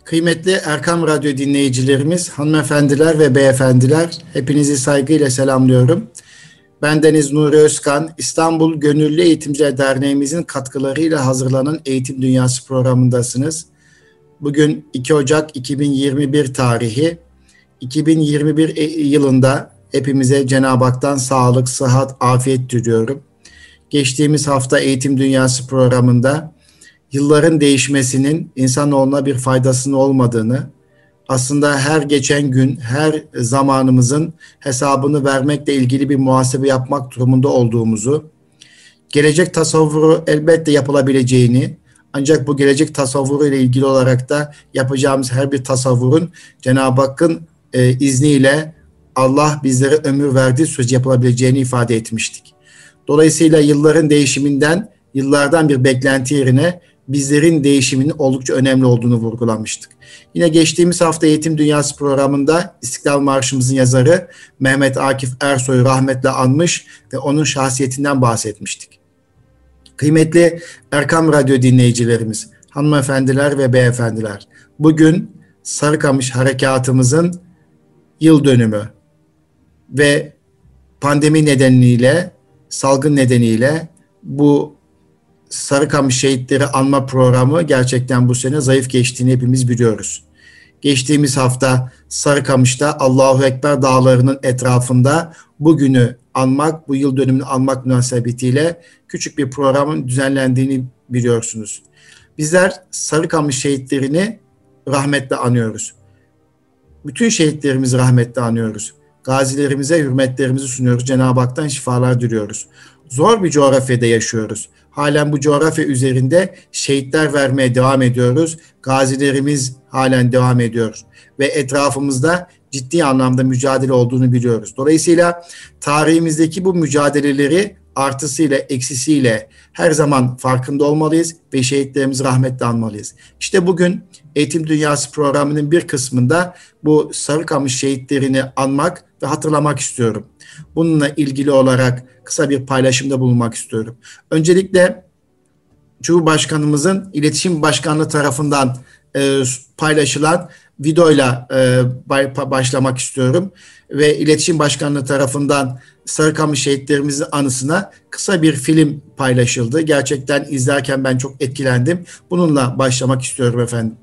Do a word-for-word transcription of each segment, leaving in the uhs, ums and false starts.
Kıymetli Erkam Radyo dinleyicilerimiz, hanımefendiler ve beyefendiler, hepinizi saygıyla selamlıyorum. Ben Deniz Nuri Özkan, İstanbul Gönüllü Eğitimciler Derneğimizin katkılarıyla hazırlanan Eğitim Dünyası programındasınız. Bugün iki Ocak iki bin yirmi bir tarihi, iki bin yirmi bir yılında hepimize Cenab-ı Hak'tan sağlık, sıhhat, afiyet diliyorum. Geçtiğimiz hafta Eğitim Dünyası programında yılların değişmesinin insanoğluna bir faydasının olmadığını, aslında her geçen gün, her zamanımızın hesabını vermekle ilgili bir muhasebe yapmak durumunda olduğumuzu, gelecek tasavvuru elbette yapılabileceğini, ancak bu gelecek tasavvuru ile ilgili olarak da yapacağımız her bir tasavvurun Cenab-ı Hakk'ın e, izniyle Allah bizlere ömür verdiği sürece yapılabileceğini ifade etmiştik. Dolayısıyla yılların değişiminden, yıllardan bir beklenti yerine bizlerin değişiminin oldukça önemli olduğunu vurgulamıştık. Yine geçtiğimiz hafta Eğitim Dünyası programında İstiklal Marşımızın yazarı Mehmet Akif Ersoy'u rahmetle anmış ve onun şahsiyetinden bahsetmiştik. Kıymetli Erkam Radyo dinleyicilerimiz, hanımefendiler ve beyefendiler, bugün Sarıkamış Harekatımızın yıl dönümü ve pandemi nedeniyle, salgın nedeniyle bu Sarıkamış Şehitleri Anma Programı gerçekten bu sene zayıf geçtiğini hepimiz biliyoruz. Geçtiğimiz hafta Sarıkamış'ta Allahu Ekber dağlarının etrafında bugünü anmak, bu yıl dönümünü anmak münasebetiyle küçük bir programın düzenlendiğini biliyorsunuz. Bizler Sarıkamış şehitlerini rahmetle anıyoruz. Bütün şehitlerimizi rahmetle anıyoruz. Gazilerimize hürmetlerimizi sunuyoruz. Cenab-ı Hak'tan şifalar diliyoruz. Zor bir coğrafyada yaşıyoruz. Halen bu coğrafya üzerinde şehitler vermeye devam ediyoruz. Gazilerimiz halen devam ediyor. Ve etrafımızda ciddi anlamda mücadele olduğunu biliyoruz. Dolayısıyla tarihimizdeki bu mücadeleleri artısıyla, eksisiyle her zaman farkında olmalıyız ve şehitlerimizi rahmetle anmalıyız. İşte bugün Eğitim Dünyası programının bir kısmında bu Sarıkamış şehitlerini anmak ve hatırlamak istiyorum. Bununla ilgili olarak kısa bir paylaşımda bulunmak istiyorum. Öncelikle Cumhurbaşkanımızın İletişim Başkanlığı tarafından e, paylaşılan videoyla e, başlamak istiyorum. Ve İletişim Başkanlığı tarafından Sarıkamış şehitlerimizin anısına kısa bir film paylaşıldı. Gerçekten izlerken ben çok etkilendim. Bununla başlamak istiyorum efendim.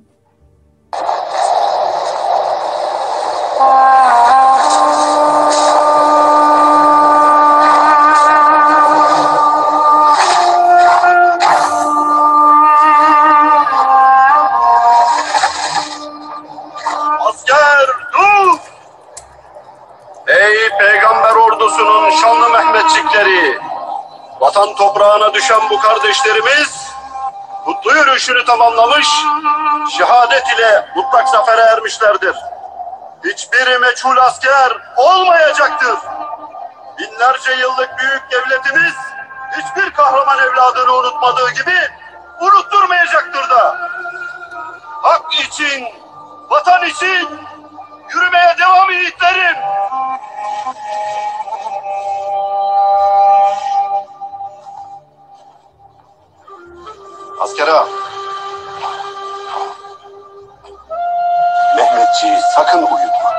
Şanlı Mehmetçikleri, vatan toprağına düşen bu kardeşlerimiz kutlu yürüyüşünü tamamlamış, şehadet ile mutlak zafere ermişlerdir. Hiçbir meçhul asker olmayacaktır. Binlerce yıllık büyük devletimiz hiçbir kahraman evladını unutmadığı gibi unutturmayacaktır da. Hak için, vatan için yürümeye devam yiğitlerim. Asker ağa, Mehmetçiği sakın uyutma.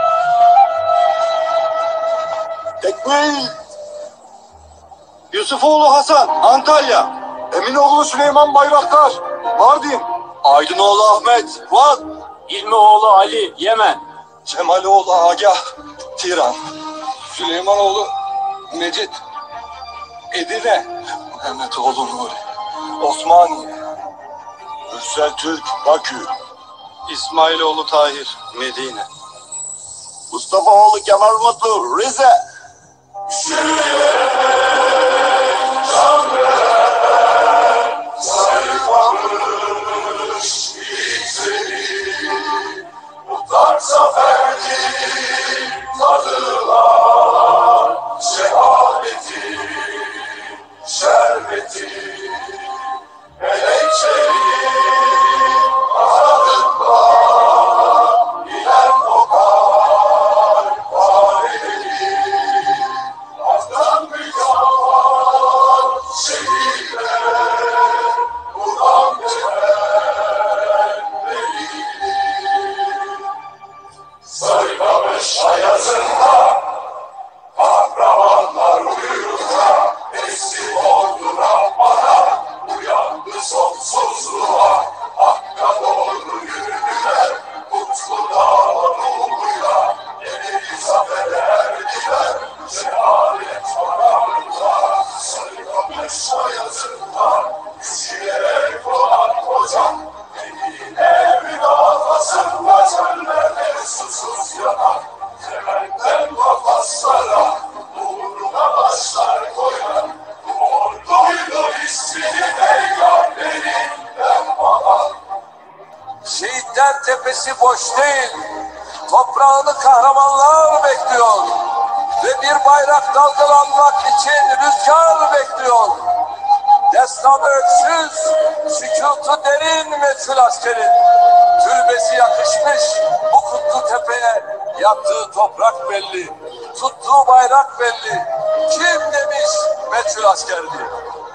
Tekmil! Yusufoğlu Hasan, Antalya. Eminoğlu Süleyman Bayraktar, Mardin. Aydınoğlu Ahmet, Van. İlmioğlu Ali, Yemen. Cemaloğlu Agah, Tiran. Süleymanoğlu Mecit, Edirne. Mehmetoğlu Nuri, Osmaniye. Mürsel Türk, Bakü. İsmailoğlu Tahir, Medine. Mustafaoğlu Kemal Mutlu, Rize. Mutlak zaferdi, tadılar, şehadeti, şerbeti, melekçeli, adımlar, bilen kokar, fareli, azdan Yiğitler tepesi boş değil. Toprağını kahramanlar bekliyor. Ve bir bayrak dalgalanmak için rüzgar bekliyor. Destanı öksüz, sükutu derin meçhul askerin. Türbesi yakışmış bu kutlu tepeye. Yattığı toprak belli, tuttuğu bayrak belli. Kim demiş meçhul asker diye.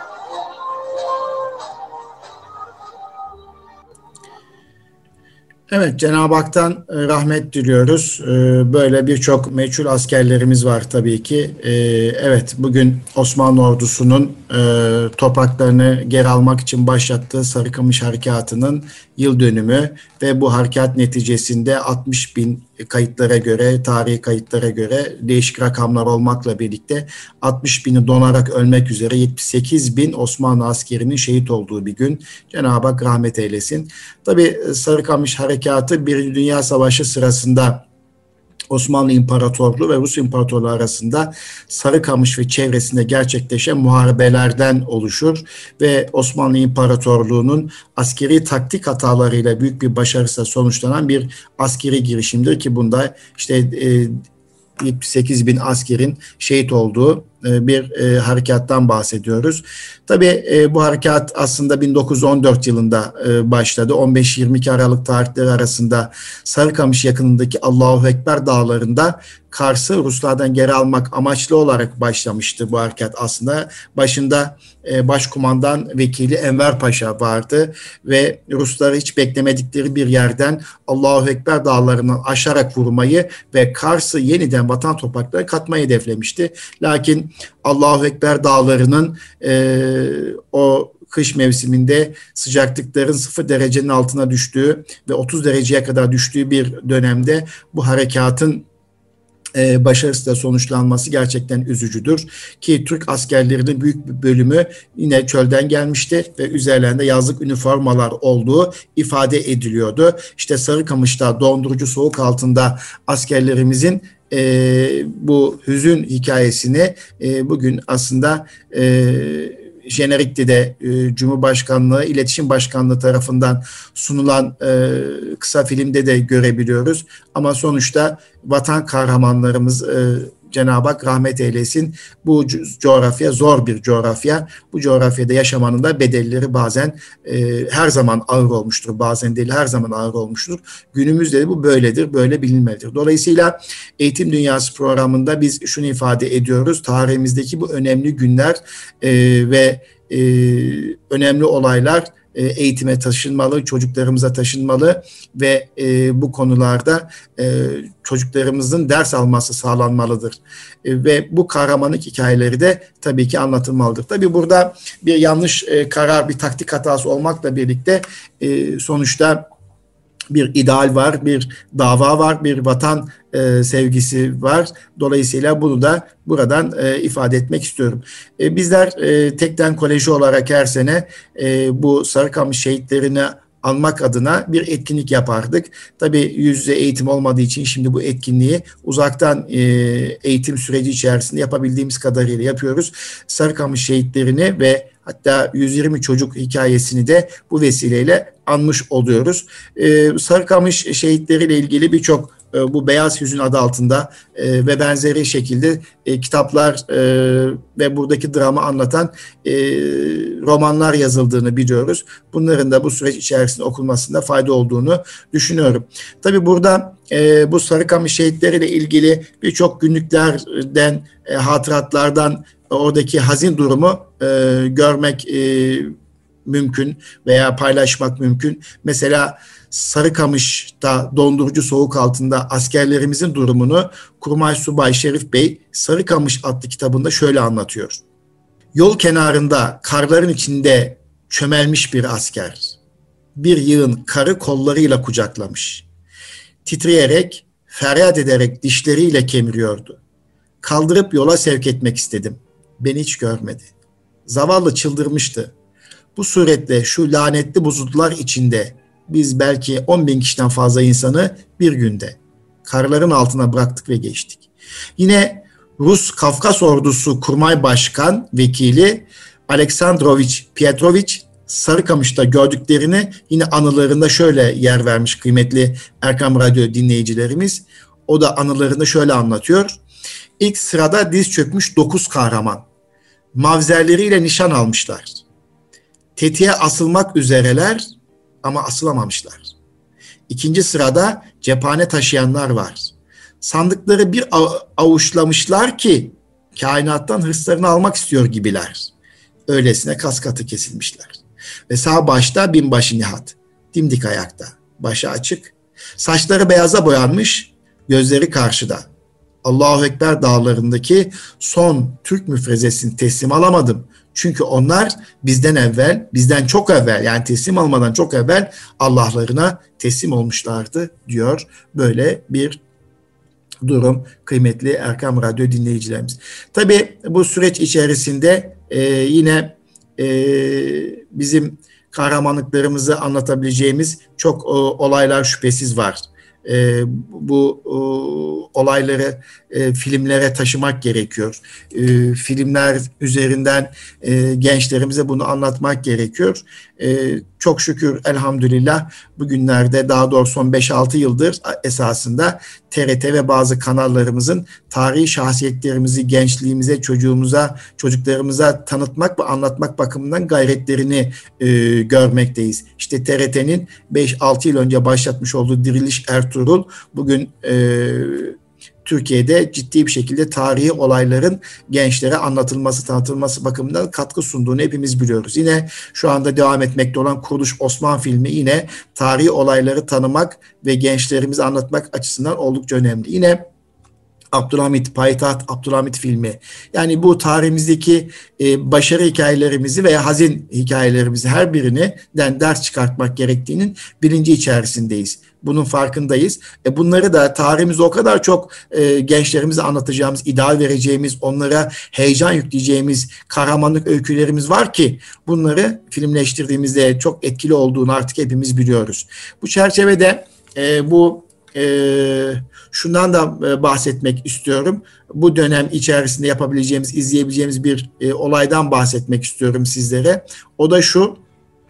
Evet, Cenab-ı Hak'tan rahmet diliyoruz. Böyle birçok meçhul askerlerimiz var tabii ki. Evet, bugün Osmanlı ordusunun topraklarını geri almak için başlattığı Sarıkamış Harekatı'nın yıl dönümü ve bu harekat neticesinde altmış bin kayıtlara göre, tarihi kayıtlara göre değişik rakamlar olmakla birlikte altmış bini donarak ölmek üzere yetmiş sekiz bin Osmanlı askerinin şehit olduğu bir gün. Cenab-ı Hak rahmet eylesin. Tabii Sarıkamış Harekatı Birinci Dünya Savaşı sırasında Osmanlı İmparatorluğu ve Rus İmparatorluğu arasında Sarıkamış ve çevresinde gerçekleşen muharebelerden oluşur ve Osmanlı İmparatorluğu'nun askeri taktik hatalarıyla büyük bir başarısıyla sonuçlanan bir askeri girişimdir ki bunda işte e, yetmiş sekiz bin askerin şehit olduğu bir e, harekattan bahsediyoruz. Tabii e, bu harekat aslında bin dokuz yüz on dört yılında e, başladı. on beş yirmi iki Aralık tarihleri arasında Sarıkamış yakınındaki Allahu Ekber dağlarında Kars'ı Ruslardan geri almak amaçlı olarak başlamıştı bu harekat aslında. Başında e, Başkumandan Vekili Enver Paşa vardı ve Rusları hiç beklemedikleri bir yerden Allahu Ekber dağlarından aşarak vurmayı ve Kars'ı yeniden vatan topraklarına katmayı hedeflemişti. Lakin Allahu Ekber dağlarının e, o kış mevsiminde sıcaklıkların sıfır derecenin altına düştüğü ve otuz dereceye kadar düştüğü bir dönemde bu harekatın e, başarısıyla sonuçlanması gerçekten üzücüdür. Ki Türk askerlerinin büyük bir bölümü yine çölden gelmişti ve üzerlerinde yazlık üniformalar olduğu ifade ediliyordu. İşte Sarıkamış'ta dondurucu soğuk altında askerlerimizin E, bu hüzün hikayesini e, bugün aslında e, jenerikte de e, Cumhurbaşkanlığı İletişim Başkanlığı tarafından sunulan e, kısa filmde de görebiliyoruz. Ama sonuçta vatan kahramanlarımız e, Cenab-ı Hak rahmet eylesin. Bu coğrafya zor bir coğrafya. Bu coğrafyada yaşamanın da bedelleri bazen e, her zaman ağır olmuştur. Bazen değil, her zaman ağır olmuştur. Günümüzde de bu böyledir, böyle bilinmelidir. Dolayısıyla Eğitim Dünyası programında biz şunu ifade ediyoruz. Tarihimizdeki bu önemli günler e, ve e, önemli olaylar eğitime taşınmalı, çocuklarımıza taşınmalı ve e, bu konularda e, çocuklarımızın ders alması sağlanmalıdır. E, ve bu kahramanlık hikayeleri de tabii ki anlatılmalıdır. Tabii burada bir yanlış e, karar, bir taktik hatası olmakla birlikte e, sonuçta bir ideal var, bir dava var, bir vatan e, sevgisi var. Dolayısıyla bunu da buradan e, ifade etmek istiyorum. E, bizler e, Tekden Koleji olarak her sene e, bu Sarıkamış şehitlerini anmak adına bir etkinlik yapardık. Tabii yüz yüze eğitim olmadığı için şimdi bu etkinliği uzaktan e, eğitim süreci içerisinde yapabildiğimiz kadarıyla yapıyoruz. Sarıkamış şehitlerini ve hatta yüz yirmi çocuk hikayesini de bu vesileyle anmış oluyoruz. Ee, Sarıkamış şehitleriyle ilgili birçok e, bu Beyaz Hüzün adı altında e, ve benzeri şekilde e, kitaplar e, ve buradaki dramı anlatan e, romanlar yazıldığını biliyoruz. Bunların da bu süreç içerisinde okunmasında fayda olduğunu düşünüyorum. Tabii burada e, bu Sarıkamış şehitleriyle ilgili birçok günlüklerden, e, hatıratlardan oradaki hazin durumu e, görmek e, mümkün veya paylaşmak mümkün. Mesela Sarıkamış'ta dondurucu soğuk altında askerlerimizin durumunu Kurmay Subay Şerif Bey Sarıkamış adlı kitabında şöyle anlatıyor. Yol kenarında karların içinde çömelmiş bir asker. Bir yığın karı kollarıyla kucaklamış. Titreyerek, feryat ederek dişleriyle kemiriyordu. Kaldırıp yola sevk etmek istedim. Beni hiç görmedi. Zavallı çıldırmıştı. Bu suretle şu lanetli buzultular içinde biz belki on bin kişiden fazla insanı bir günde karların altına bıraktık ve geçtik. Yine Rus Kafkas ordusu Kurmay Başkan Vekili Aleksandrovich Pietrovich Sarıkamış'ta gördüklerini yine anılarında şöyle yer vermiş kıymetli Erkam Radyo dinleyicilerimiz. O da anılarında şöyle anlatıyor. İlk sırada diz çökmüş dokuz kahraman. Mavzerleriyle nişan almışlar. Tetiğe asılmak üzereler ama asılamamışlar. İkinci sırada cephane taşıyanlar var. Sandıkları bir avuçlamışlar ki kainattan hırslarını almak istiyor gibiler. Öylesine kas katı kesilmişler. Ve sağ başta binbaşı Nihat. Dimdik ayakta. Başı açık. Saçları beyaza boyanmış. Gözleri karşıda. Allahu Ekber dağlarındaki son Türk müfrezesini teslim alamadım. Çünkü onlar bizden evvel, bizden çok evvel, yani teslim almadan çok evvel Allah'larına teslim olmuşlardı diyor. Böyle bir durum kıymetli Erkam Radyo dinleyicilerimiz. Tabii bu süreç içerisinde e, yine e, bizim kahramanlıklarımızı anlatabileceğimiz çok e, olaylar şüphesiz var. E, bu e, olayları e, filmlere taşımak gerekiyor. E, filmler üzerinden e, gençlerimize bunu anlatmak gerekiyor. E, çok şükür elhamdülillah bugünlerde, daha doğrusu son beş altı yıldır esasında T R T ve bazı kanallarımızın tarihi şahsiyetlerimizi gençliğimize, çocuğumuza, çocuklarımıza tanıtmak ve anlatmak bakımından gayretlerini e, görmekteyiz. İşte T R T'nin beş altı yıl önce başlatmış olduğu Diriliş Ertuğrul bugün e, Türkiye'de ciddi bir şekilde tarihi olayların gençlere anlatılması, tanıtılması bakımından katkı sunduğunu hepimiz biliyoruz. Yine şu anda devam etmekte olan Kuruluş Osman filmi yine tarihi olayları tanımak ve gençlerimize anlatmak açısından oldukça önemli. Yine Abdülhamit, Payitaht Abdülhamit filmi. Yani bu tarihimizdeki e, başarı hikayelerimizi veya hazin hikayelerimizi her birinden ders çıkartmak gerektiğinin bilinci içerisindeyiz. Bunun farkındayız. E bunları da tarihimizde o kadar çok e, gençlerimize anlatacağımız, ideal vereceğimiz, onlara heyecan yükleyeceğimiz kahramanlık öykülerimiz var ki bunları filmleştirdiğimizde çok etkili olduğunu artık hepimiz biliyoruz. Bu çerçevede e, bu e, şundan da e, bahsetmek istiyorum. Bu dönem içerisinde yapabileceğimiz, izleyebileceğimiz bir e, olaydan bahsetmek istiyorum sizlere. O da şu: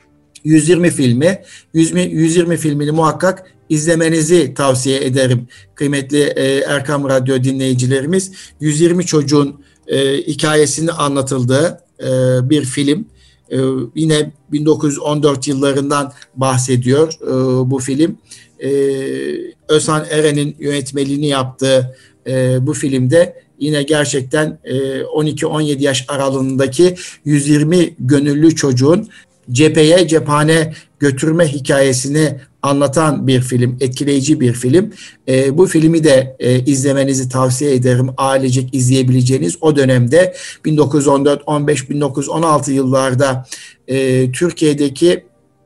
yüz yirmi filmi. yüz yirmi filmini muhakkak izlemenizi tavsiye ederim kıymetli e, Erkam Radyo dinleyicilerimiz. yüz yirmi çocuğun e, hikayesini anlatıldığı e, bir film. E, yine bin dokuz yüz on dört yıllarından bahsediyor e, bu film. E, Özhan Eren'in yönetmeliğini yaptığı e, bu filmde yine gerçekten e, on iki on yedi yaş aralığındaki yüz yirmi gönüllü çocuğun cepheye, cephane götürme hikayesini anlatan bir film, etkileyici bir film. E, bu filmi de e, izlemenizi tavsiye ederim. Ailecek izleyebileceğiniz, o dönemde bin dokuz yüz on dört on beş bin dokuz yüz on altı yıllarda e, Türkiye'deki,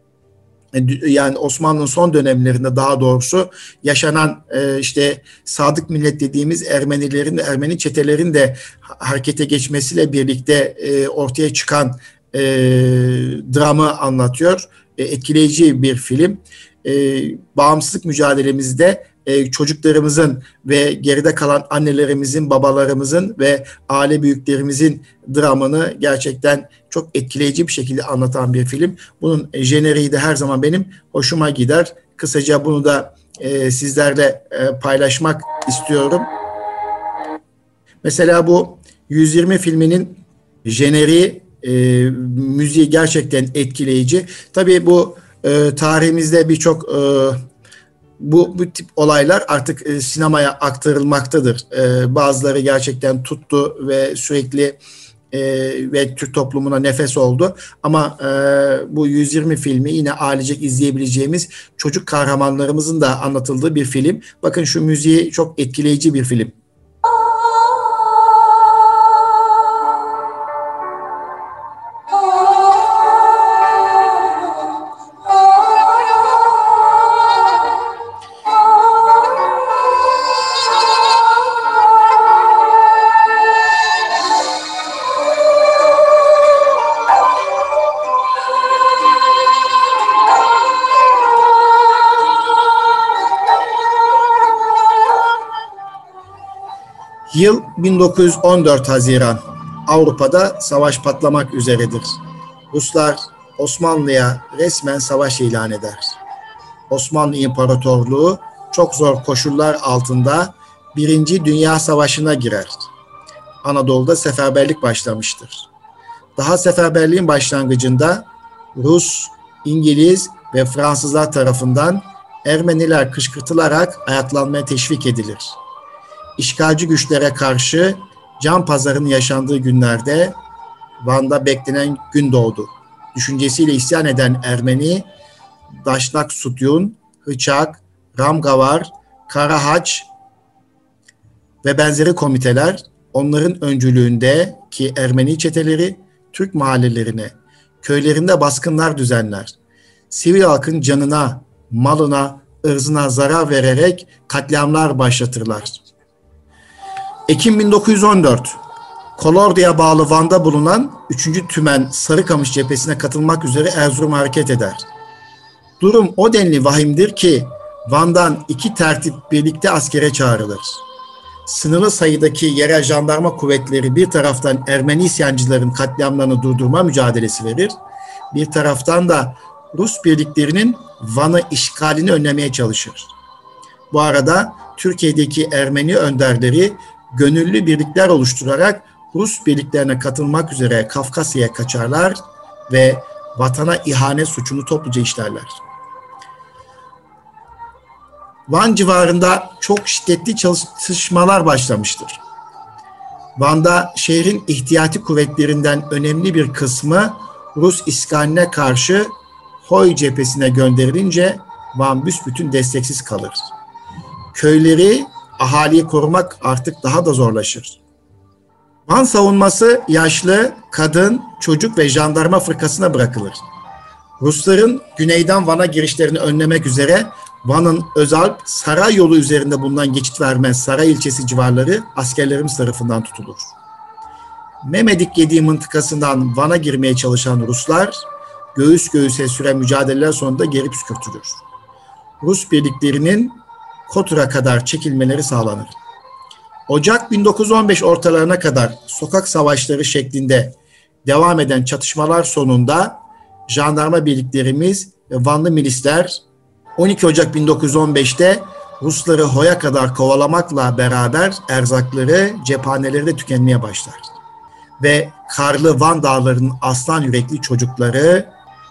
yani Osmanlı'nın son dönemlerinde daha doğrusu yaşanan e, işte Sadık millet dediğimiz Ermenilerin ve Ermeni çetelerin de harekete geçmesiyle birlikte e, ortaya çıkan e, dramı anlatıyor. E, etkileyici bir film. E, bağımsızlık mücadelemizde e, çocuklarımızın ve geride kalan annelerimizin, babalarımızın ve aile büyüklerimizin dramını gerçekten çok etkileyici bir şekilde anlatan bir film. Bunun jeneriği de her zaman benim hoşuma gider. Kısaca bunu da e, sizlerle e, paylaşmak istiyorum. Mesela bu yüz yirmi filminin jeneriği, e, müziği gerçekten etkileyici. Tabii bu e, tarihimizde birçok e, bu, bu tip olaylar artık e, sinemaya aktarılmaktadır. E, bazıları gerçekten tuttu ve sürekli e, ve Türk toplumuna nefes oldu. Ama e, bu yüz yirmi filmi yine ailecek izleyebileceğimiz çocuk kahramanlarımızın da anlatıldığı bir film. Bakın şu müziği, çok etkileyici bir film. Yıl bin dokuz yüz on dört Haziran. Avrupa'da savaş patlamak üzeredir. Ruslar Osmanlı'ya resmen savaş ilan eder. Osmanlı İmparatorluğu çok zor koşullar altında Birinci Dünya Savaşı'na girer. Anadolu'da seferberlik başlamıştır. Daha seferberliğin başlangıcında Rus, İngiliz ve Fransızlar tarafından Ermeniler kışkırtılarak ayaklanmaya teşvik edilir. İşgalci güçlere karşı can pazarının yaşandığı günlerde Van'da beklenen gün doğdu. Düşüncesiyle isyan eden Ermeni, Daşnak Sutyun, Hıçak, Ramgavar, Karahaç ve benzeri komiteler onların öncülüğündeki Ermeni çeteleri Türk mahallelerine, köylerinde baskınlar düzenler. Sivil halkın canına, malına, ırzına zarar vererek katliamlar başlatırlar. Ekim bin dokuz yüz on dört, Kolordu'ya bağlı Van'da bulunan üçüncü Tümen Sarıkamış cephesine katılmak üzere Erzurum hareket eder. Durum o denli vahimdir ki Van'dan iki tertip birlikte askere çağrılır. Sınırlı sayıdaki yerel jandarma kuvvetleri bir taraftan Ermeni isyancıların katliamlarını durdurma mücadelesi verir, bir taraftan da Rus birliklerinin Van'ı işgalini önlemeye çalışır. Bu arada Türkiye'deki Ermeni önderleri gönüllü birlikler oluşturarak Rus birliklerine katılmak üzere Kafkasya'ya kaçarlar ve vatana ihanet suçunu topluca işlerler. Van civarında çok şiddetli çatışmalar başlamıştır. Van'da şehrin ihtiyati kuvvetlerinden önemli bir kısmı Rus işgaline karşı Hoy cephesine gönderilince Van büsbütün desteksiz kalır. Köyleri, ahaliyi korumak artık daha da zorlaşır. Van savunması yaşlı, kadın, çocuk ve jandarma fırkasına bırakılır. Rusların güneyden Van'a girişlerini önlemek üzere Van'ın Özalp Saray yolu üzerinde bulunan geçit vermez Saray ilçesi civarları askerlerimiz tarafından tutulur. Memedik Gediği mıntıkasından Van'a girmeye çalışan Ruslar göğüs göğüse süren mücadeleler sonunda geri püskürtülür. Rus birliklerinin Kotur'a kadar çekilmeleri sağlanır. Ocak bin dokuz yüz on beş ortalarına kadar sokak savaşları şeklinde devam eden çatışmalar sonunda jandarma birliklerimiz ve Vanlı milisler on iki Ocak bin dokuz yüz on beşte Rusları Hoy'a kadar kovalamakla beraber erzakları, cephaneleri de tükenmeye başlar. Ve karlı Van dağlarının aslan yürekli çocukları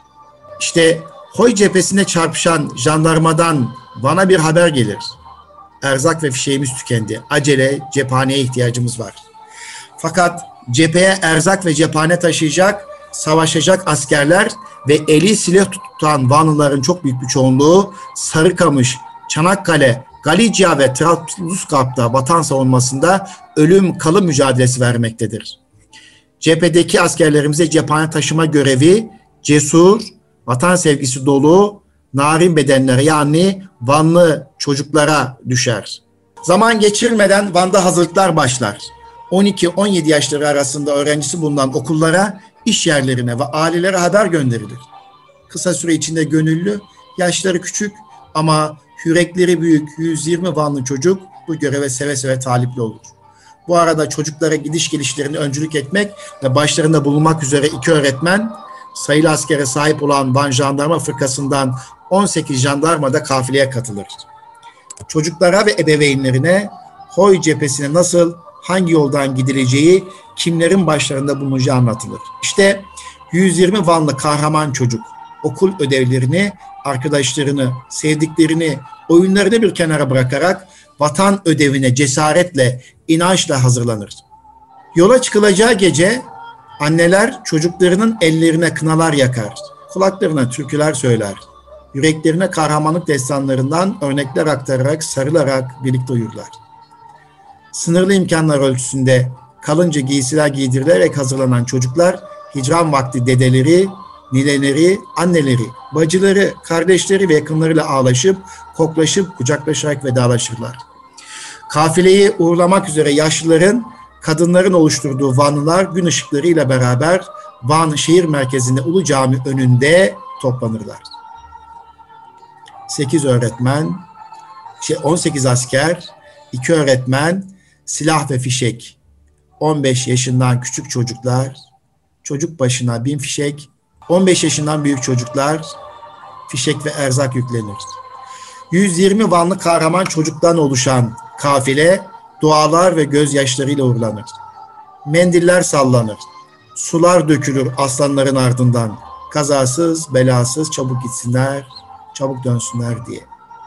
işte Hoy cephesine çarpışan jandarmadan Van'a bir haber gelir. Erzak ve fişeğimiz tükendi. Acele cephaneye ihtiyacımız var. Fakat cepheye erzak ve cephane taşıyacak, savaşacak askerler ve eli silah tutan Vanlıların çok büyük bir çoğunluğu Sarıkamış, Çanakkale, Galicia ve Trablusgarp'ta vatan savunmasında ölüm kalım mücadelesi vermektedir. Cephedeki askerlerimize cephane taşıma görevi cesur, vatan sevgisi dolu, narin bedenlere yani Vanlı çocuklara düşer. Zaman geçirmeden Van'da hazırlıklar başlar. on iki on yedi yaşları arasında öğrencisi bulunan okullara, iş yerlerine ve ailelere haber gönderilir. Kısa süre içinde gönüllü, yaşları küçük ama yürekleri büyük yüz yirmi Vanlı çocuk bu göreve seve seve talipli olur. Bu arada çocuklara gidiş gelişlerini öncülük etmek ve başlarında bulunmak üzere iki öğretmen, sayılı askere sahip olan Van Jandarma Fırkası'ndan on sekiz jandarma da kafileye katılır. Çocuklara ve ebeveynlerine Hoy cephesine nasıl, hangi yoldan gidileceği, kimlerin başlarında bulunacağı anlatılır. İşte yüz yirmi Vanlı kahraman çocuk okul ödevlerini, arkadaşlarını, sevdiklerini, oyunlarını bir kenara bırakarak vatan ödevine cesaretle, inançla hazırlanır. Yola çıkılacağı gece anneler çocuklarının ellerine kınalar yakar, kulaklarına türküler söyler, yüreklerine kahramanlık destanlarından örnekler aktararak, sarılarak birlikte uyurlar. Sınırlı imkanlar ölçüsünde kalınca giysiler giydirilerek hazırlanan çocuklar, hicran vakti dedeleri, nineleri, anneleri, bacıları, kardeşleri ve yakınlarıyla ağlaşıp, koklaşıp, kucaklaşarak vedalaşırlar. Kafileyi uğurlamak üzere yaşlıların, kadınların oluşturduğu Vanlılar gün ışıklarıyla beraber Van şehir merkezinde Ulu Cami önünde toplanırlar. sekiz öğretmen, on sekiz asker, iki öğretmen, silah ve fişek, on beş yaşından küçük çocuklar, çocuk başına bin fişek, on beş yaşından büyük çocuklar fişek ve erzak yüklenir. yüz yirmi Vanlı kahraman çocuktan oluşan kafile dualar ve gözyaşlarıyla uğurlanır. Mendiller sallanır. Sular dökülür aslanların ardından. Kazasız, belasız çabuk gitsinler, çabuk dönsünler diye.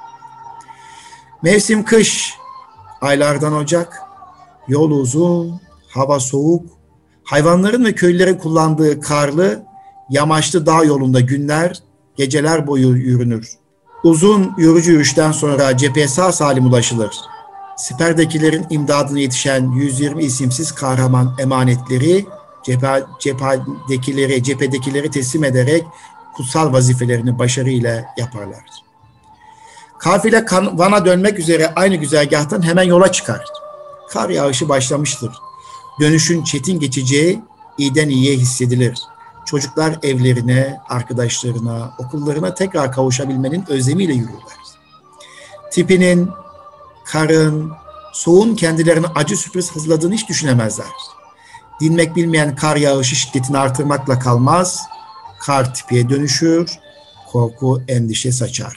Mevsim kış, aylardan Ocak, yol uzun, hava soğuk, hayvanların ve köylülerin kullandığı karlı, yamaçlı dağ yolunda günler, geceler boyu yürünür. Uzun yorucu yürüyüşten sonra cepheye sağ salim ulaşılır. Siperdekilerin imdadına yetişen yüz yirmi isimsiz kahraman emanetleri cephe, cephedekileri, cephedekileri teslim ederek kutsal vazifelerini başarıyla yaparlar. Kafile Van'a dönmek üzere aynı güzergahtan hemen yola çıkar. Kar yağışı başlamıştır. Dönüşün çetin geçeceği iyiden iyiye hissedilir. Çocuklar evlerine, arkadaşlarına, okullarına tekrar kavuşabilmenin özlemiyle yürürler. Tipinin, karın, soğuğun kendilerine acı sürpriz hazırladığını hiç düşünemezler. Dinmek bilmeyen kar yağışı şiddetini artırmakla kalmaz, kar tipiye dönüşür, korku, endişe saçar.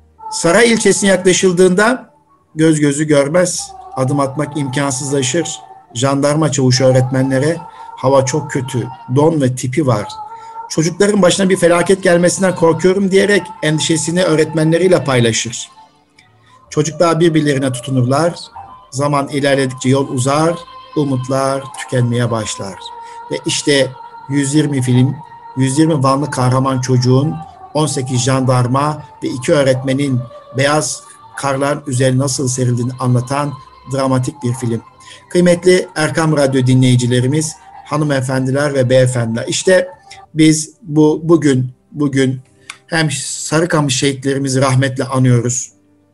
Saray ilçesine yaklaşıldığında göz gözü görmez, adım atmak imkansızlaşır. Jandarma çavuşu öğretmenlere hava çok kötü, don ve tipi var. Çocukların başına bir felaket gelmesinden korkuyorum diyerek endişesini öğretmenleriyle paylaşır. Çocuklar birbirlerine tutunurlar. Zaman ilerledikçe yol uzar, umutlar tükenmeye başlar. Ve işte yüz yirmi film, yüz yirmi Vanlı kahraman çocuğun, on sekiz jandarma ve iki öğretmenin beyaz karlar üzerine nasıl serildiğini anlatan dramatik bir film. Kıymetli Erkam Radyo dinleyicilerimiz, hanımefendiler ve beyefendiler, işte biz bu bugün bugün hem Sarıkamış şehitlerimizi rahmetle anıyoruz,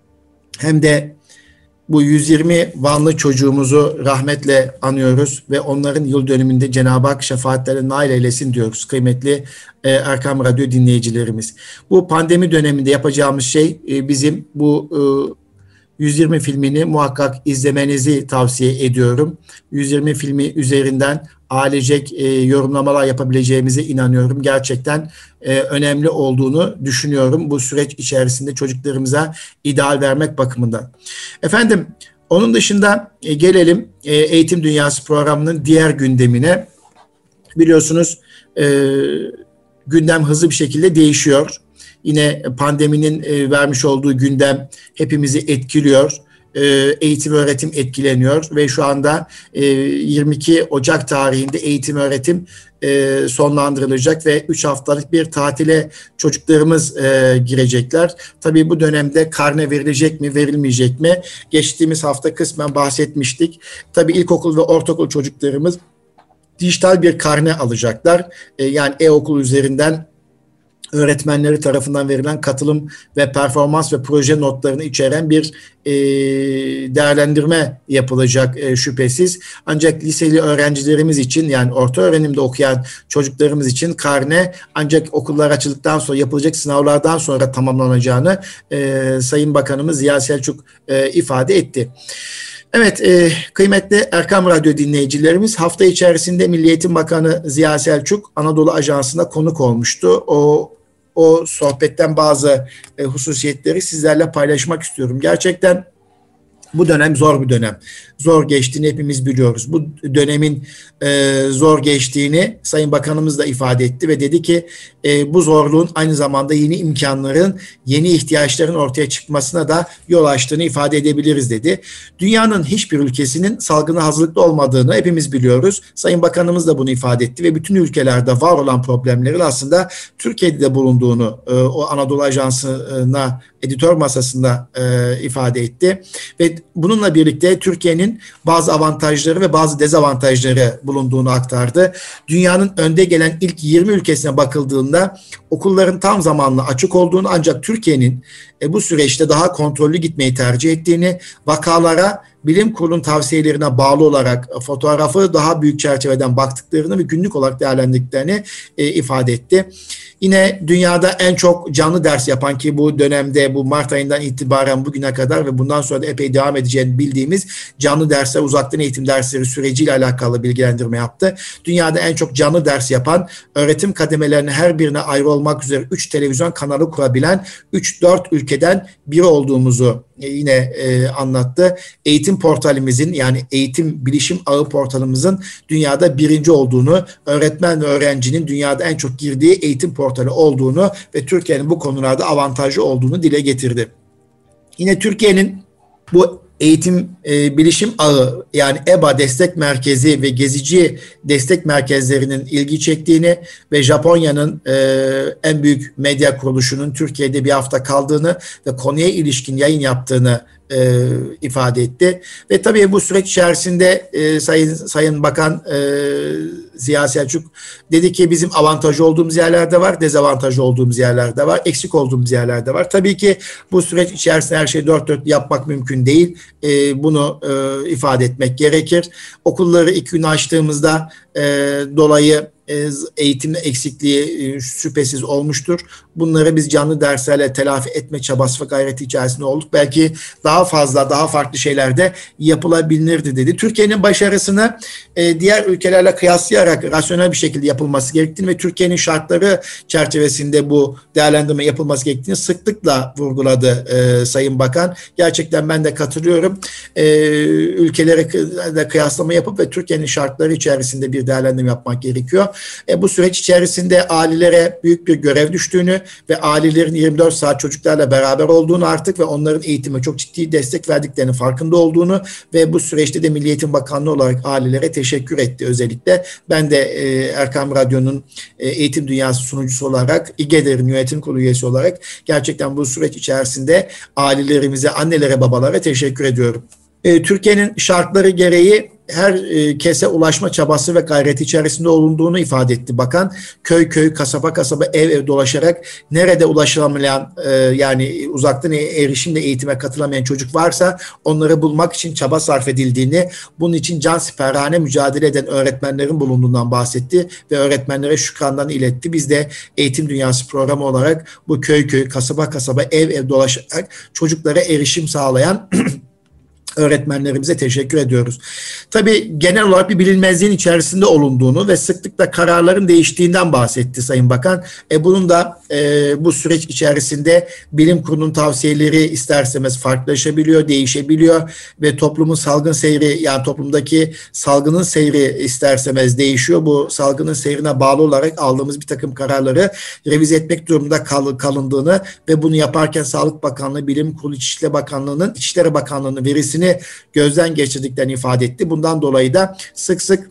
hem de bu yüz yirmi Vanlı çocuğumuzu rahmetle anıyoruz ve onların yıl dönümünde Cenab-ı Hak şefaatlerine nail eylesin diyoruz kıymetli e, Erkam Radyo dinleyicilerimiz. Bu pandemi döneminde yapacağımız şey e, bizim bu e, yüz yirmi filmini muhakkak izlemenizi tavsiye ediyorum. yüz yirmi filmi üzerinden ailecek e, yorumlamalar yapabileceğimize inanıyorum. Gerçekten e, önemli olduğunu düşünüyorum bu süreç içerisinde çocuklarımıza ideal vermek bakımından. Efendim, onun dışında e, gelelim e, Eğitim Dünyası programının diğer gündemine. Biliyorsunuz e, gündem hızlı bir şekilde değişiyor. Yine pandeminin e, vermiş olduğu gündem hepimizi etkiliyor. E, eğitim öğretim etkileniyor ve şu anda e, yirmi iki Ocak tarihinde eğitim öğretim e, sonlandırılacak ve üç haftalık bir tatile çocuklarımız e, girecekler. Tabii bu dönemde karne verilecek mi, verilmeyecek mi? Geçtiğimiz hafta kısmen bahsetmiştik. Tabii ilkokul ve ortaokul çocuklarımız dijital bir karne alacaklar. E, yani e-okul üzerinden öğretmenleri tarafından verilen katılım ve performans ve proje notlarını içeren bir e, değerlendirme yapılacak e, şüphesiz. Ancak liseli öğrencilerimiz için, yani orta öğrenimde okuyan çocuklarımız için karne ancak okullar açıldıktan sonra yapılacak sınavlardan sonra tamamlanacağını e, Sayın Bakanımız Ziya Selçuk e, ifade etti. Evet, e, kıymetli Erkam Radyo dinleyicilerimiz, hafta içerisinde Milli Eğitim Bakanı Ziya Selçuk Anadolu Ajansı'na konuk olmuştu. O o sohbetten bazı e, hususiyetleri sizlerle paylaşmak istiyorum. Gerçekten bu dönem zor bir dönem. Zor geçtiğini hepimiz biliyoruz. Bu dönemin e, zor geçtiğini Sayın Bakanımız da ifade etti ve dedi ki e, bu zorluğun aynı zamanda yeni imkanların, yeni ihtiyaçların ortaya çıkmasına da yol açtığını ifade edebiliriz dedi. Dünyanın hiçbir ülkesinin salgına hazırlıklı olmadığını hepimiz biliyoruz. Sayın Bakanımız da bunu ifade etti ve bütün ülkelerde var olan problemlerin aslında Türkiye'de de bulunduğunu e, o Anadolu Ajansı'na editör masasında e, ifade etti ve bununla birlikte Türkiye'nin bazı avantajları ve bazı dezavantajları bulunduğunu aktardı. Dünyanın önde gelen ilk yirmi ülkesine bakıldığında okulların tam zamanlı açık olduğunu, ancak Türkiye'nin e, bu süreçte daha kontrollü gitmeyi tercih ettiğini, vakalara bilim kurulunun tavsiyelerine bağlı olarak fotoğrafı daha büyük çerçeveden baktıklarını ve günlük olarak değerlendirdiklerini e, ifade etti. Yine dünyada en çok canlı ders yapan, ki bu dönemde bu Mart ayından itibaren bugüne kadar ve bundan sonra da epey devam edeceğini bildiğimiz canlı dersler, uzaktan eğitim dersleri süreciyle alakalı bilgilendirme yaptı. Dünyada en çok canlı ders yapan, öğretim kademelerinin her birine ayrı olmak üzere üç televizyon kanalı kurabilen üç dört ülkeden biri olduğumuzu yine e, anlattı. Eğitim portalimizin, yani eğitim bilişim ağı portalımızın dünyada birinci olduğunu, öğretmen ve öğrencinin dünyada en çok girdiği eğitim portalı olduğunu ve Türkiye'nin bu konularda avantajlı olduğunu dile getirdi. Yine Türkiye'nin bu eğitim e, bilişim ağı, yani E B A destek merkezi ve gezici destek merkezlerinin ilgi çektiğini ve Japonya'nın e, en büyük medya kuruluşunun Türkiye'de bir hafta kaldığını ve konuya ilişkin yayın yaptığını e, ifade etti. Ve tabii bu süreç içerisinde e, Sayın Sayın Bakan e, Ziya Selçuk dedi ki bizim avantajlı olduğumuz yerlerde var, dezavantajlı olduğumuz yerlerde var, eksik olduğumuz yerlerde var. Tabii ki bu süreç içerisinde her şeyi dört dört yapmak mümkün değil. E, bunu e, ifade etmek gerekir. Okulları iki gün açtığımızda e, dolayı eğitim eksikliği şüphesiz olmuştur. Bunları biz canlı derslerle telafi etme çabası ve gayreti içerisinde olduk. Belki daha fazla, daha farklı şeyler de yapılabilirdi dedi. Türkiye'nin başarısını diğer ülkelerle kıyaslayarak rasyonel bir şekilde yapılması gerektiğini ve Türkiye'nin şartları çerçevesinde bu değerlendirme yapılması gerektiğini sıklıkla vurguladı e, Sayın Bakan. Gerçekten ben de katılıyorum. E, ülkelere de kıyaslama yapıp ve Türkiye'nin şartları içerisinde bir değerlendirme yapmak gerekiyor. E, bu süreç içerisinde ailelere büyük bir görev düştüğünü ve ailelerin yirmi dört saat çocuklarla beraber olduğunu artık ve onların eğitime çok ciddi destek verdiklerinin farkında olduğunu ve bu süreçte de Milli Eğitim Bakanlığı olarak ailelere teşekkür etti özellikle. Ben de e, Erkam Radyo'nun e, Eğitim Dünyası sunucusu olarak, İGEDER'in yönetim kurulu üyesi olarak gerçekten bu süreç içerisinde ailelerimize, annelere, babalara teşekkür ediyorum. E, Türkiye'nin şartları gereği her e, kese ulaşma çabası ve gayreti içerisinde olunduğunu ifade etti bakan. Köy köy, kasaba kasaba, ev ev dolaşarak nerede ulaşılamayan e, yani uzaktan erişimle eğitime katılamayan çocuk varsa onları bulmak için çaba sarf edildiğini, bunun için cansiperhane mücadele eden öğretmenlerin bulunduğundan bahsetti ve öğretmenlere şükranlarını iletti. Biz de Eğitim Dünyası programı olarak bu köy köy, kasaba kasaba, ev ev dolaşarak çocuklara erişim sağlayan öğretmenlerimize teşekkür ediyoruz. Tabii genel olarak bir bilinmezliğin içerisinde olunduğunu ve sıklıkla kararların değiştiğinden bahsetti Sayın Bakan. E bunun da e, bu süreç içerisinde bilim kurulunun tavsiyeleri ister istemez farklılaşabiliyor, değişebiliyor ve toplumun salgın seyri, yani toplumdaki salgının seyri ister istemez değişiyor. Bu salgının seyrine bağlı olarak aldığımız bir takım kararları revize etmek durumunda kal kalındığını ve bunu yaparken Sağlık Bakanlığı, Bilim Kurulu, İçişleri Bakanlığı'nın, İçişleri Bakanlığı'nın verisini gözden geçirdiklerini ifade etti. Bundan dolayı da sık sık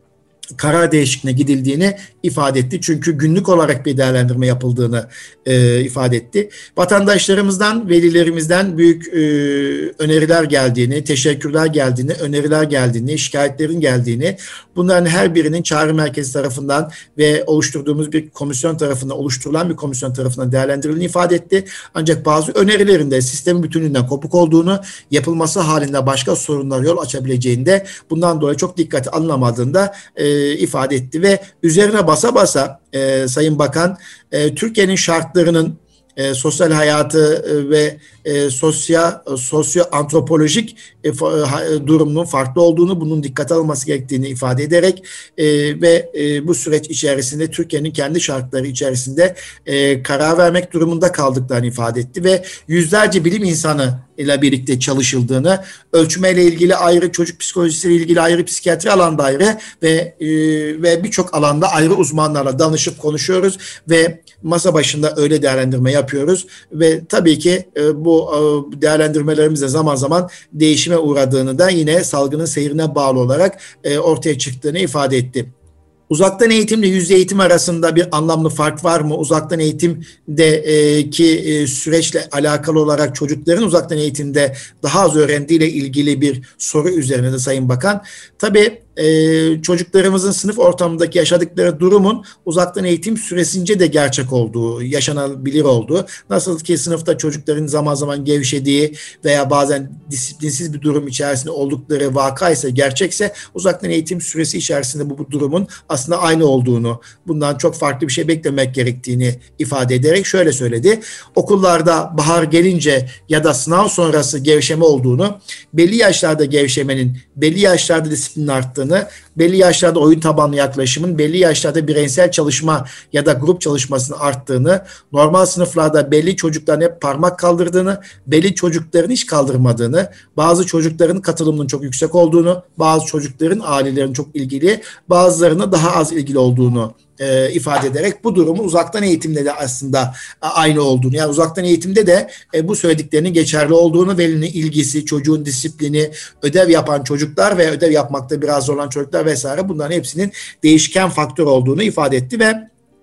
karar değişikliğine gidildiğini ifade etti. Çünkü günlük olarak bir değerlendirme yapıldığını e, ifade etti. Vatandaşlarımızdan, velilerimizden büyük e, öneriler geldiğini, teşekkürler geldiğini, öneriler geldiğini, şikayetlerin geldiğini, bunların her birinin çağrı merkezi tarafından ve oluşturduğumuz bir komisyon tarafından, oluşturulan bir komisyon tarafından değerlendirildiğini ifade etti. Ancak bazı önerilerinde sistemin bütünlüğünden kopuk olduğunu, yapılması halinde başka sorunlar yol açabileceğini de bundan dolayı çok dikkate alınamadığında e, ifade etti ve üzerine basa basa e, Sayın Bakan e, Türkiye'nin şartlarının e, sosyal hayatı e, ve e, sosya, sosyo antropolojik e, e, durumunun farklı olduğunu, bunun dikkate alınması gerektiğini ifade ederek e, ve e, bu süreç içerisinde Türkiye'nin kendi şartları içerisinde e, karar vermek durumunda kaldıklarını ifade etti ve yüzlerce bilim insanı ile birlikte çalışıldığını, ölçmeyle ilgili ayrı, çocuk psikolojisiyle ilgili ayrı, psikiyatri alanda ayrı ve e, ve birçok alanda ayrı uzmanlarla danışıp konuşuyoruz ve masa başında öyle değerlendirme yapıyoruz ve tabii ki e, bu e, değerlendirmelerimiz de zaman zaman değişime uğradığını da yine salgının seyrine bağlı olarak e, ortaya çıktığını ifade etti. Uzaktan eğitimle yüz eğitim arasında bir anlamlı fark var mı? Uzaktan eğitimdeki süreçle alakalı olarak çocukların uzaktan eğitimde daha az öğrendiğiyle ilgili bir soru üzerine de Sayın Bakan. Tabii e, çocuklarımızın sınıf ortamındaki yaşadıkları durumun uzaktan eğitim süresince de gerçek olduğu, yaşanabilir olduğu, nasıl ki sınıfta çocukların zaman zaman gevşediği veya bazen disiplinsiz bir durum içerisinde oldukları vaka ise, gerçekse, uzaktan eğitim süresi içerisinde bu, bu durumun aslında aynı olduğunu, bundan çok farklı bir şey beklemek gerektiğini ifade ederek şöyle söyledi. Okullarda bahar gelince ya da sınav sonrası gevşeme olduğunu, belli yaşlarda gevşemenin, belli yaşlarda disiplinin arttığını, belli yaşlarda oyun tabanlı yaklaşımın, belli yaşlarda bireysel çalışma ya da grup çalışmasının arttığını, normal sınıflarda belli çocukların hep parmak kaldırdığını, belli çocukların hiç kaldırmadığını, bazı çocukların katılımının çok yüksek olduğunu, bazı çocukların ailelerinin çok ilgili, bazılarının daha az ilgili olduğunu E, ifade ederek bu durumun uzaktan eğitimde de aslında e, aynı olduğunu, yani uzaktan eğitimde de e, bu söylediklerinin geçerli olduğunu, velinin ilgisi, çocuğun disiplini, ödev yapan çocuklar ve ödev yapmakta biraz zorlanan çocuklar vesaire, bunların hepsinin değişken faktör olduğunu ifade etti ve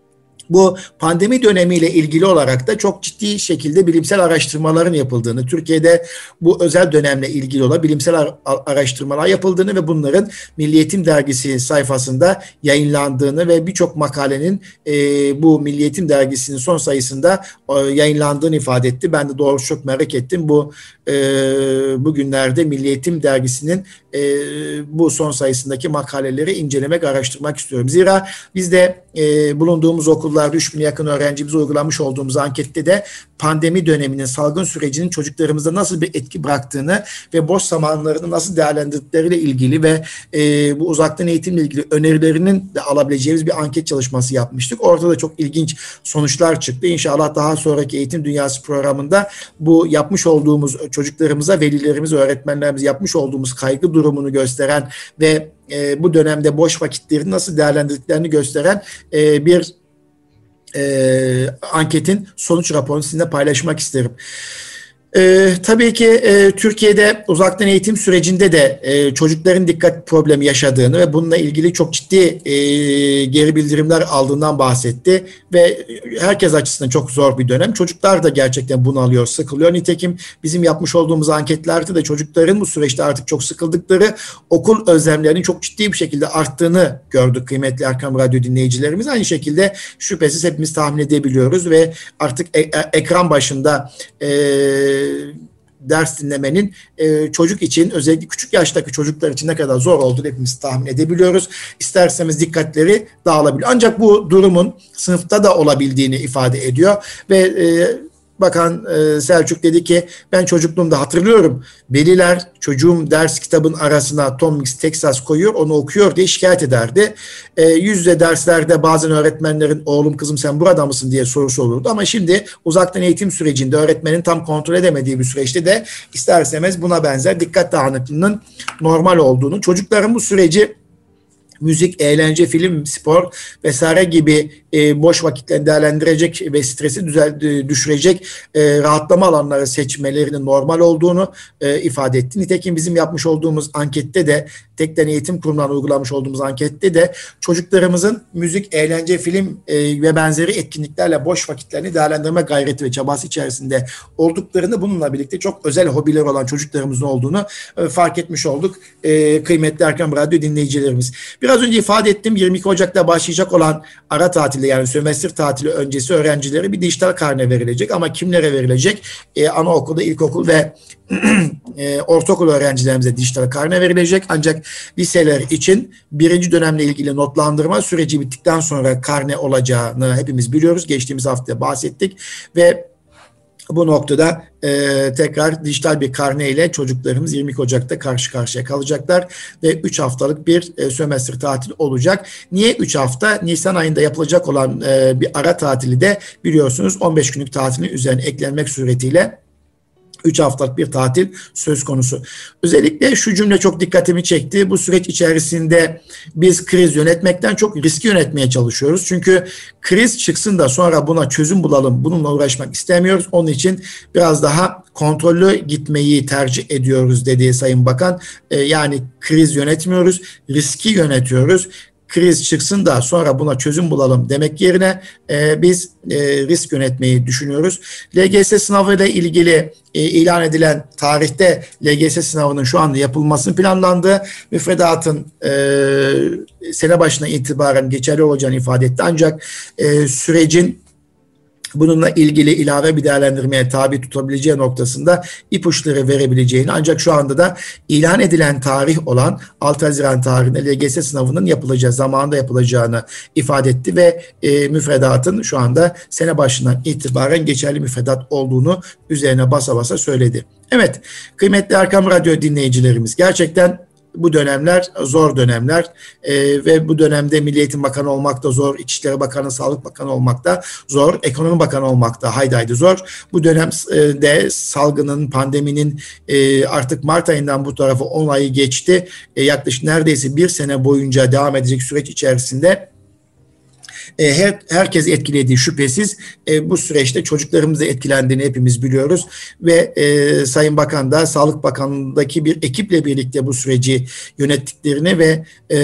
bu pandemi dönemiyle ilgili olarak da çok ciddi şekilde bilimsel araştırmaların yapıldığını, Türkiye'de bu özel dönemle ilgili olan bilimsel araştırmalar yapıldığını ve bunların Milli Eğitim Dergisi sayfasında yayınlandığını ve birçok makalenin e, bu Milli Eğitim Dergisi'nin son sayısında e, yayınlandığını ifade etti. Ben de doğrusu çok merak ettim. Bu e, bugünlerde Milli Eğitim Dergisi'nin e, bu son sayısındaki makaleleri incelemek, araştırmak istiyorum. Zira biz de e, bulunduğumuz okul üç bine yakın öğrencimize uygulamış olduğumuz ankette de pandemi döneminin, salgın sürecinin çocuklarımızda nasıl bir etki bıraktığını ve boş zamanlarını nasıl değerlendirdikleriyle ilgili ve e, bu uzaktan eğitimle ilgili önerilerinin de alabileceğimiz bir anket çalışması yapmıştık. Orada da çok ilginç sonuçlar çıktı. İnşallah daha sonraki Eğitim Dünyası programında bu yapmış olduğumuz çocuklarımıza, velilerimiz, öğretmenlerimiz yapmış olduğumuz kaygı durumunu gösteren ve e, bu dönemde boş vakitlerini nasıl değerlendirdiklerini gösteren e, bir E, anketin sonuç raporunu sizinle paylaşmak isterim. Ee, tabii ki e, Türkiye'de uzaktan eğitim sürecinde de e, çocukların dikkat problemi yaşadığını ve bununla ilgili çok ciddi e, geri bildirimler aldığından bahsetti ve herkes açısından çok zor bir dönem. Çocuklar da gerçekten bunalıyor, sıkılıyor. Nitekim bizim yapmış olduğumuz anketlerde de çocukların bu süreçte artık çok sıkıldıkları, okul özlemlerinin çok ciddi bir şekilde arttığını gördük kıymetli Erkam Radyo dinleyicilerimiz. Aynı şekilde şüphesiz hepimiz tahmin edebiliyoruz ve artık e- ekran başında e, ders dinlemenin e, çocuk için, özellikle küçük yaştaki çocuklar için ne kadar zor olduğunu hepimiz tahmin edebiliyoruz. İsterseniz dikkatleri dağılabilir. Ancak bu durumun sınıfta da olabildiğini ifade ediyor ve e, Bakan e, Selçuk dedi ki, ben çocukluğumda hatırlıyorum, veliler çocuğum ders kitabın arasına Tom Mix Texas koyuyor, onu okuyor diye şikayet ederdi. E, yüz yüze derslerde bazen öğretmenlerin oğlum kızım sen burada mısın diye sorusu olurdu ama şimdi uzaktan eğitim sürecinde öğretmenin tam kontrol edemediği bir süreçte de ister istemez buna benzer dikkat dağınıklığının normal olduğunu, çocukların bu süreci müzik, eğlence, film, spor vesaire gibi e, boş vakitlerini değerlendirecek ve stresi düzel, düşürecek e, rahatlama alanları seçmelerinin normal olduğunu e, ifade etti. Nitekim bizim yapmış olduğumuz ankette de, Tekden Eğitim Kurumu'ndan uygulamış olduğumuz ankette de çocuklarımızın müzik, eğlence, film e, ve benzeri etkinliklerle boş vakitlerini değerlendirme gayreti ve çabası içerisinde olduklarını, bununla birlikte çok özel hobiler olan çocuklarımızın olduğunu e, fark etmiş olduk e, kıymetli Erkam Radyo dinleyicilerimiz. Biraz önce ifade ettim, yirmi iki Ocak'ta başlayacak olan ara tatilde, yani sömestr tatili öncesi öğrencilere bir dijital karne verilecek ama kimlere verilecek? Ee, anaokulda, ilkokul ve e, ortaokul öğrencilerimize dijital karne verilecek. Ancak liseler için birinci dönemle ilgili notlandırma süreci bittikten sonra karne olacağını hepimiz biliyoruz. Geçtiğimiz hafta bahsettik ve bu noktada e, tekrar dijital bir karne ile çocuklarımız yirmi iki Ocak'ta karşı karşıya kalacaklar ve üç haftalık bir e, sömestr tatil olacak. Niye üç hafta? Nisan ayında yapılacak olan e, bir ara tatili de biliyorsunuz on beş günlük tatilin üzerine eklenmek suretiyle üç haftalık bir tatil söz konusu. Özellikle şu cümle çok dikkatimi çekti. Bu süreç içerisinde biz kriz yönetmekten çok riski yönetmeye çalışıyoruz. Çünkü kriz çıksın da sonra buna çözüm bulalım, bununla uğraşmak istemiyoruz. Onun için biraz daha kontrollü gitmeyi tercih ediyoruz dedi Sayın Bakan. Ee, yani kriz yönetmiyoruz, riski yönetiyoruz. kriz çıksın da sonra buna çözüm bulalım demek yerine e, biz e, risk yönetmeyi düşünüyoruz. L G S sınavıyla ilgili e, ilan edilen tarihte L G S sınavının şu anda yapılmasının planlandığı, müfredatın e, sene başına itibaren geçerli olacağını ifade etti. Ancak e, sürecin bununla ilgili ilave bir değerlendirmeye tabi tutabileceği noktasında ipuçları verebileceğini, ancak şu anda da ilan edilen tarih olan altı Haziran tarihinde L G S sınavının yapılacağı, zamanında yapılacağını ifade etti ve e, müfredatın şu anda sene başından itibaren geçerli müfredat olduğunu üzerine basa basa söyledi. Evet, kıymetli Erkam Radyo dinleyicilerimiz, gerçekten bu dönemler zor dönemler ee, ve bu dönemde Milli Eğitim Bakanı olmak da zor, İçişleri Bakanı, Sağlık Bakanı olmak da zor, Ekonomi Bakanı olmak da haydi haydi zor. Bu dönemde salgının, pandeminin e, artık Mart ayından bu tarafa on ayı geçti. E, yaklaşık neredeyse bir sene boyunca devam edecek süreç içerisinde Her, herkes etkilediği şüphesiz. E, bu süreçte çocuklarımız da etkilendiğini hepimiz biliyoruz ve e, Sayın Bakan da Sağlık Bakanlığı'ndaki bir ekiple birlikte bu süreci yönettiklerini ve e,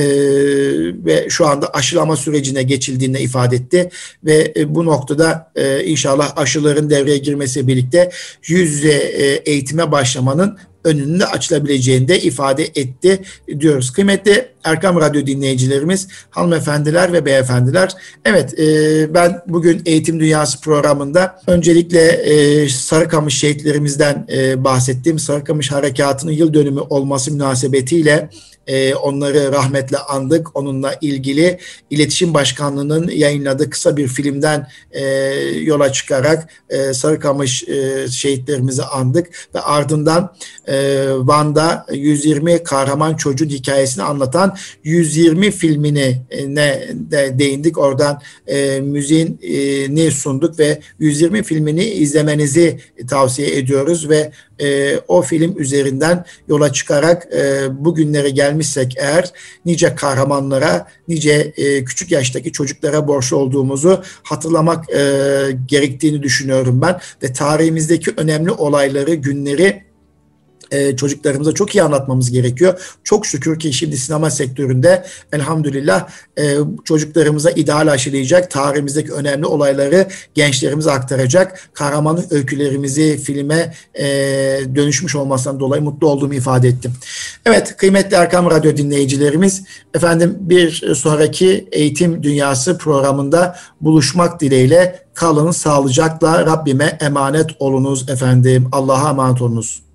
ve şu anda aşılama sürecine geçildiğini ifade etti ve e, bu noktada e, inşallah aşıların devreye girmesiyle birlikte yüz yüze e, eğitime başlamanın önünde açılabileceğini de ifade etti diyoruz. Kıymetli Erkam Radyo dinleyicilerimiz, hanımefendiler ve beyefendiler, evet e, ben bugün Eğitim Dünyası programında öncelikle e, Sarıkamış şehitlerimizden e, bahsettim. Sarıkamış Harekatı'nın yıl dönümü olması münasebetiyle e, onları rahmetle andık. Onunla ilgili İletişim Başkanlığı'nın yayınladığı kısa bir filmden e, yola çıkarak e, Sarıkamış e, şehitlerimizi andık ve ardından e, Van'da yüz yirmi kahraman çocuğun hikayesini anlatan yüz yirmi filmine ne de değindik. Oradan e, müziğini sunduk ve yüz yirmi filmini izlemenizi tavsiye ediyoruz ve e, o film üzerinden yola çıkarak e, bugünlere gelmişsek eğer nice kahramanlara, nice e, küçük yaştaki çocuklara borçlu olduğumuzu hatırlamak e, gerektiğini düşünüyorum ben ve tarihimizdeki önemli olayları, günleri Ee, çocuklarımıza çok iyi anlatmamız gerekiyor. Çok şükür ki şimdi sinema sektöründe elhamdülillah e, çocuklarımıza ideal aşılayacak, tarihimizdeki önemli olayları gençlerimize aktaracak kahramanlık öykülerimizi filme e, dönüşmüş olmasından dolayı mutlu olduğumu ifade ettim. Evet, kıymetli Erkam Radyo dinleyicilerimiz, efendim bir sonraki Eğitim Dünyası programında buluşmak dileğiyle kalın sağlıcakla, Rabbime emanet olunuz efendim. Allah'a emanet olunuz.